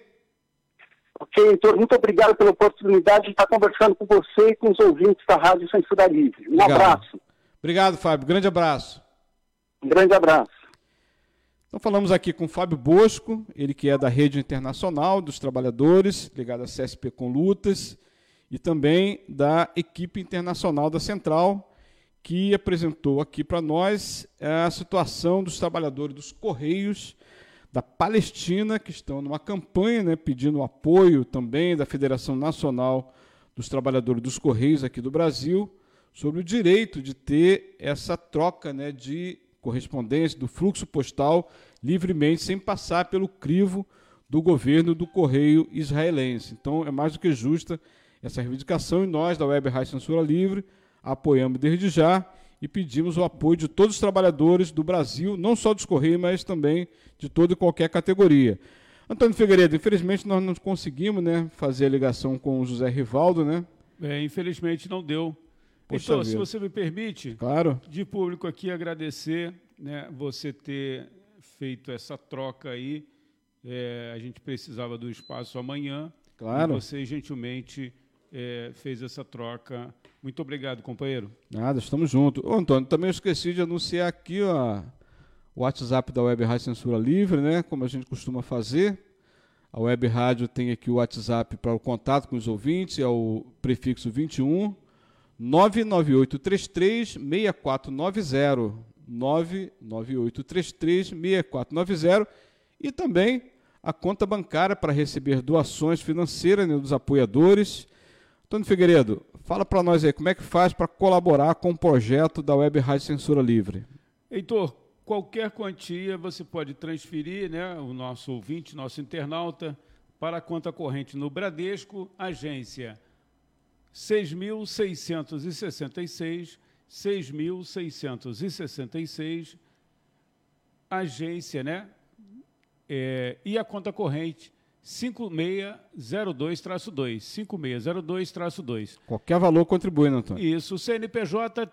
Ok, Heitor, muito obrigado pela oportunidade de estar conversando com você e com os ouvintes da Rádio Censura Livre. Um abraço. Obrigado, Fábio. Grande abraço. Um grande abraço. Então falamos aqui com o Fábio Bosco, ele que é da Rede Internacional dos Trabalhadores, ligado à CSP Conlutas, e também da equipe internacional da Central, que apresentou aqui para nós a situação dos trabalhadores dos Correios da Palestina, que estão numa campanha, né, pedindo apoio também da Federação Nacional dos Trabalhadores dos Correios aqui do Brasil, sobre o direito de ter essa troca, né, de correspondência, do fluxo postal, livremente, sem passar pelo crivo do governo do Correio israelense. Então, é mais do que justa essa reivindicação, e nós, da Web Rádio Censura Livre, apoiamos desde já e pedimos o apoio de todos os trabalhadores do Brasil, não só dos Correios, mas também de toda e qualquer categoria. Antônio Figueiredo, infelizmente nós não conseguimos, né, fazer a ligação com o José Rivaldo, né? Infelizmente não deu. Poxa então, vida. se você me permite, claro, de público aqui agradecer, né, você ter feito essa troca aí. A gente precisava do espaço amanhã. Claro. E você gentilmente fez essa troca. Muito obrigado, companheiro. Nada, estamos juntos. Ô, Antônio, também eu esqueci de anunciar aqui o WhatsApp da Web Rádio Censura Livre, né, como a gente costuma fazer. A Web Rádio tem aqui o WhatsApp para o contato com os ouvintes, é o prefixo 21 99833-6490, 99833-6490, e também a conta bancária para receber doações financeiras, né, dos apoiadores. Antônio Figueiredo, fala para nós aí, como é que faz para colaborar com o projeto da Web Rádio Censura Livre? Heitor, qualquer quantia você pode transferir, né, o nosso ouvinte, nosso internauta, para a conta corrente no Bradesco, agência 6.666, agência, né? E a conta corrente 5602-2, 5602-2. Qualquer valor contribui, né, Antônio? Isso, CNPJ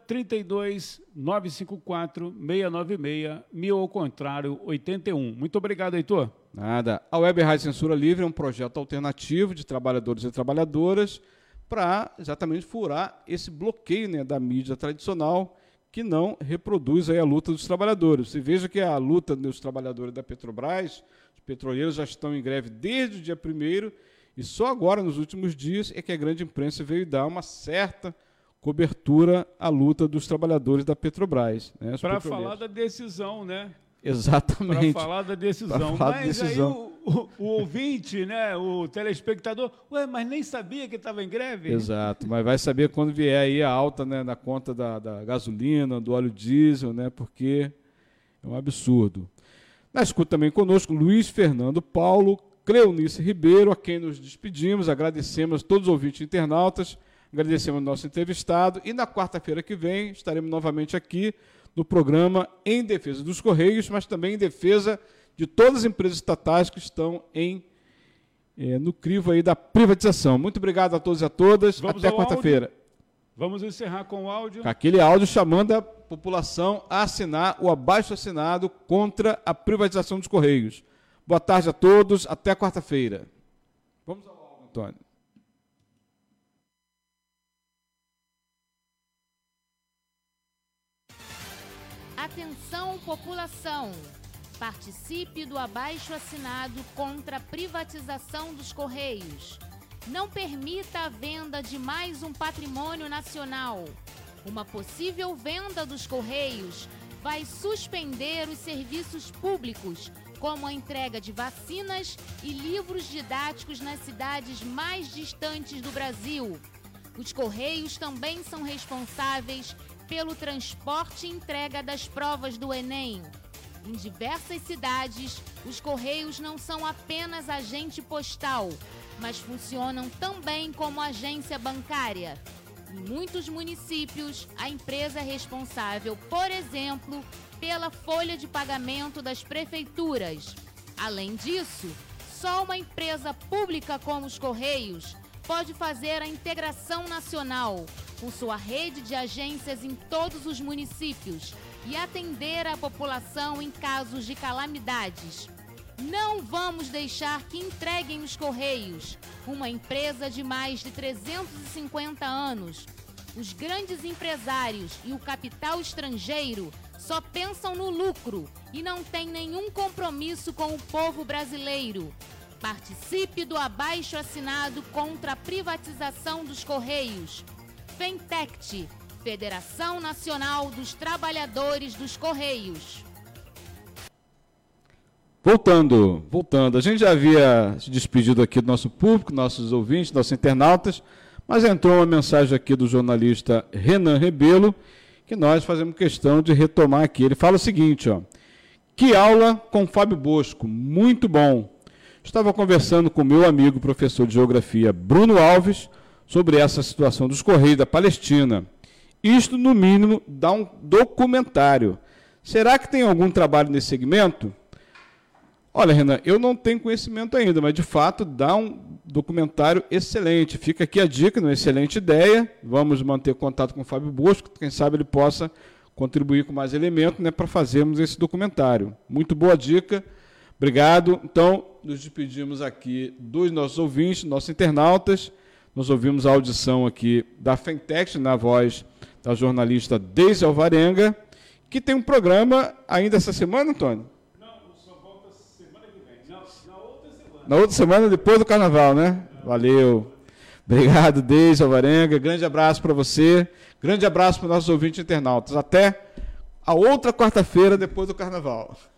32-954-696-1000, ao contrário, 81. Muito obrigado, Heitor. Nada. A Web Rádio Censura Livre é um projeto alternativo de trabalhadores e trabalhadoras para exatamente furar esse bloqueio, né, da mídia tradicional, que não reproduz aí a luta dos trabalhadores. Você veja que a luta dos trabalhadores da Petrobras, os petroleiros já estão em greve desde o dia 1º, e só agora, nos últimos dias, é que a grande imprensa veio dar uma certa cobertura à luta dos trabalhadores da Petrobras, né, para falar da decisão, né? Exatamente. Para falar da decisão. Mas decisão. o ouvinte, né, o telespectador, mas nem sabia que estava em greve. Exato, mas vai saber quando vier aí a alta, né, na conta da gasolina, do óleo diesel, né, porque é um absurdo. Na escuta também conosco, Luiz Fernando Paulo, Cleonice Ribeiro, a quem nos despedimos, agradecemos a todos os ouvintes internautas, agradecemos ao nosso entrevistado, e na quarta-feira que vem estaremos novamente aqui no programa em defesa dos Correios, mas também em defesa de todas as empresas estatais que estão no crivo aí da privatização. Muito obrigado a todos e a todas. Vamos até quarta-feira. Vamos encerrar com o áudio. Aquele áudio chamando a população a assinar o abaixo-assinado contra a privatização dos Correios. Boa tarde a todos. Até quarta-feira. Vamos ao áudio, Antônio. Atenção, população! Participe do abaixo-assinado contra a privatização dos Correios. Não permita a venda de mais um patrimônio nacional. Uma possível venda dos Correios vai suspender os serviços públicos, como a entrega de vacinas e livros didáticos nas cidades mais distantes do Brasil. Os Correios também são responsáveis pelo transporte e entrega das provas do Enem. Em diversas cidades, os Correios não são apenas agente postal, mas funcionam também como agência bancária. Em muitos municípios, a empresa é responsável, por exemplo, pela folha de pagamento das prefeituras. Além disso, só uma empresa pública como os Correios pode fazer a integração nacional, com sua rede de agências em todos os municípios, e atender a população em casos de calamidades. Não vamos deixar que entreguem os Correios, uma empresa de mais de 350 anos. Os grandes empresários e o capital estrangeiro só pensam no lucro e não têm nenhum compromisso com o povo brasileiro. Participe do abaixo-assinado contra a privatização dos Correios. Fentect, Federação Nacional dos Trabalhadores dos Correios. Voltando. A gente já havia se despedido aqui do nosso público, nossos ouvintes, nossos internautas, mas entrou uma mensagem aqui do jornalista Renan Rebelo, que nós fazemos questão de retomar aqui. Ele fala o seguinte, que aula com Fábio Bosco, muito bom. Estava conversando com meu amigo professor de geografia Bruno Alves sobre essa situação dos Correios da Palestina. Isto, no mínimo, dá um documentário. Será que tem algum trabalho nesse segmento? Olha, Renan, eu não tenho conhecimento ainda, mas, de fato, dá um documentário excelente. Fica aqui a dica, uma excelente ideia. Vamos manter contato com o Fábio Bosco, quem sabe ele possa contribuir com mais elementos, né, para fazermos esse documentário. Muito boa dica. Obrigado. Então, nos despedimos aqui dos nossos ouvintes, nossos internautas. Nós ouvimos a audição aqui da Fentect, na voz da jornalista Deise Alvarenga, que tem um programa ainda essa semana, Antônio? Não, só volta semana que vem. Na outra semana. Na outra semana, depois do Carnaval, né? Valeu. Obrigado, Deise Alvarenga. Grande abraço para você. Grande abraço para os nossos ouvintes internautas. Até a outra quarta-feira, depois do Carnaval.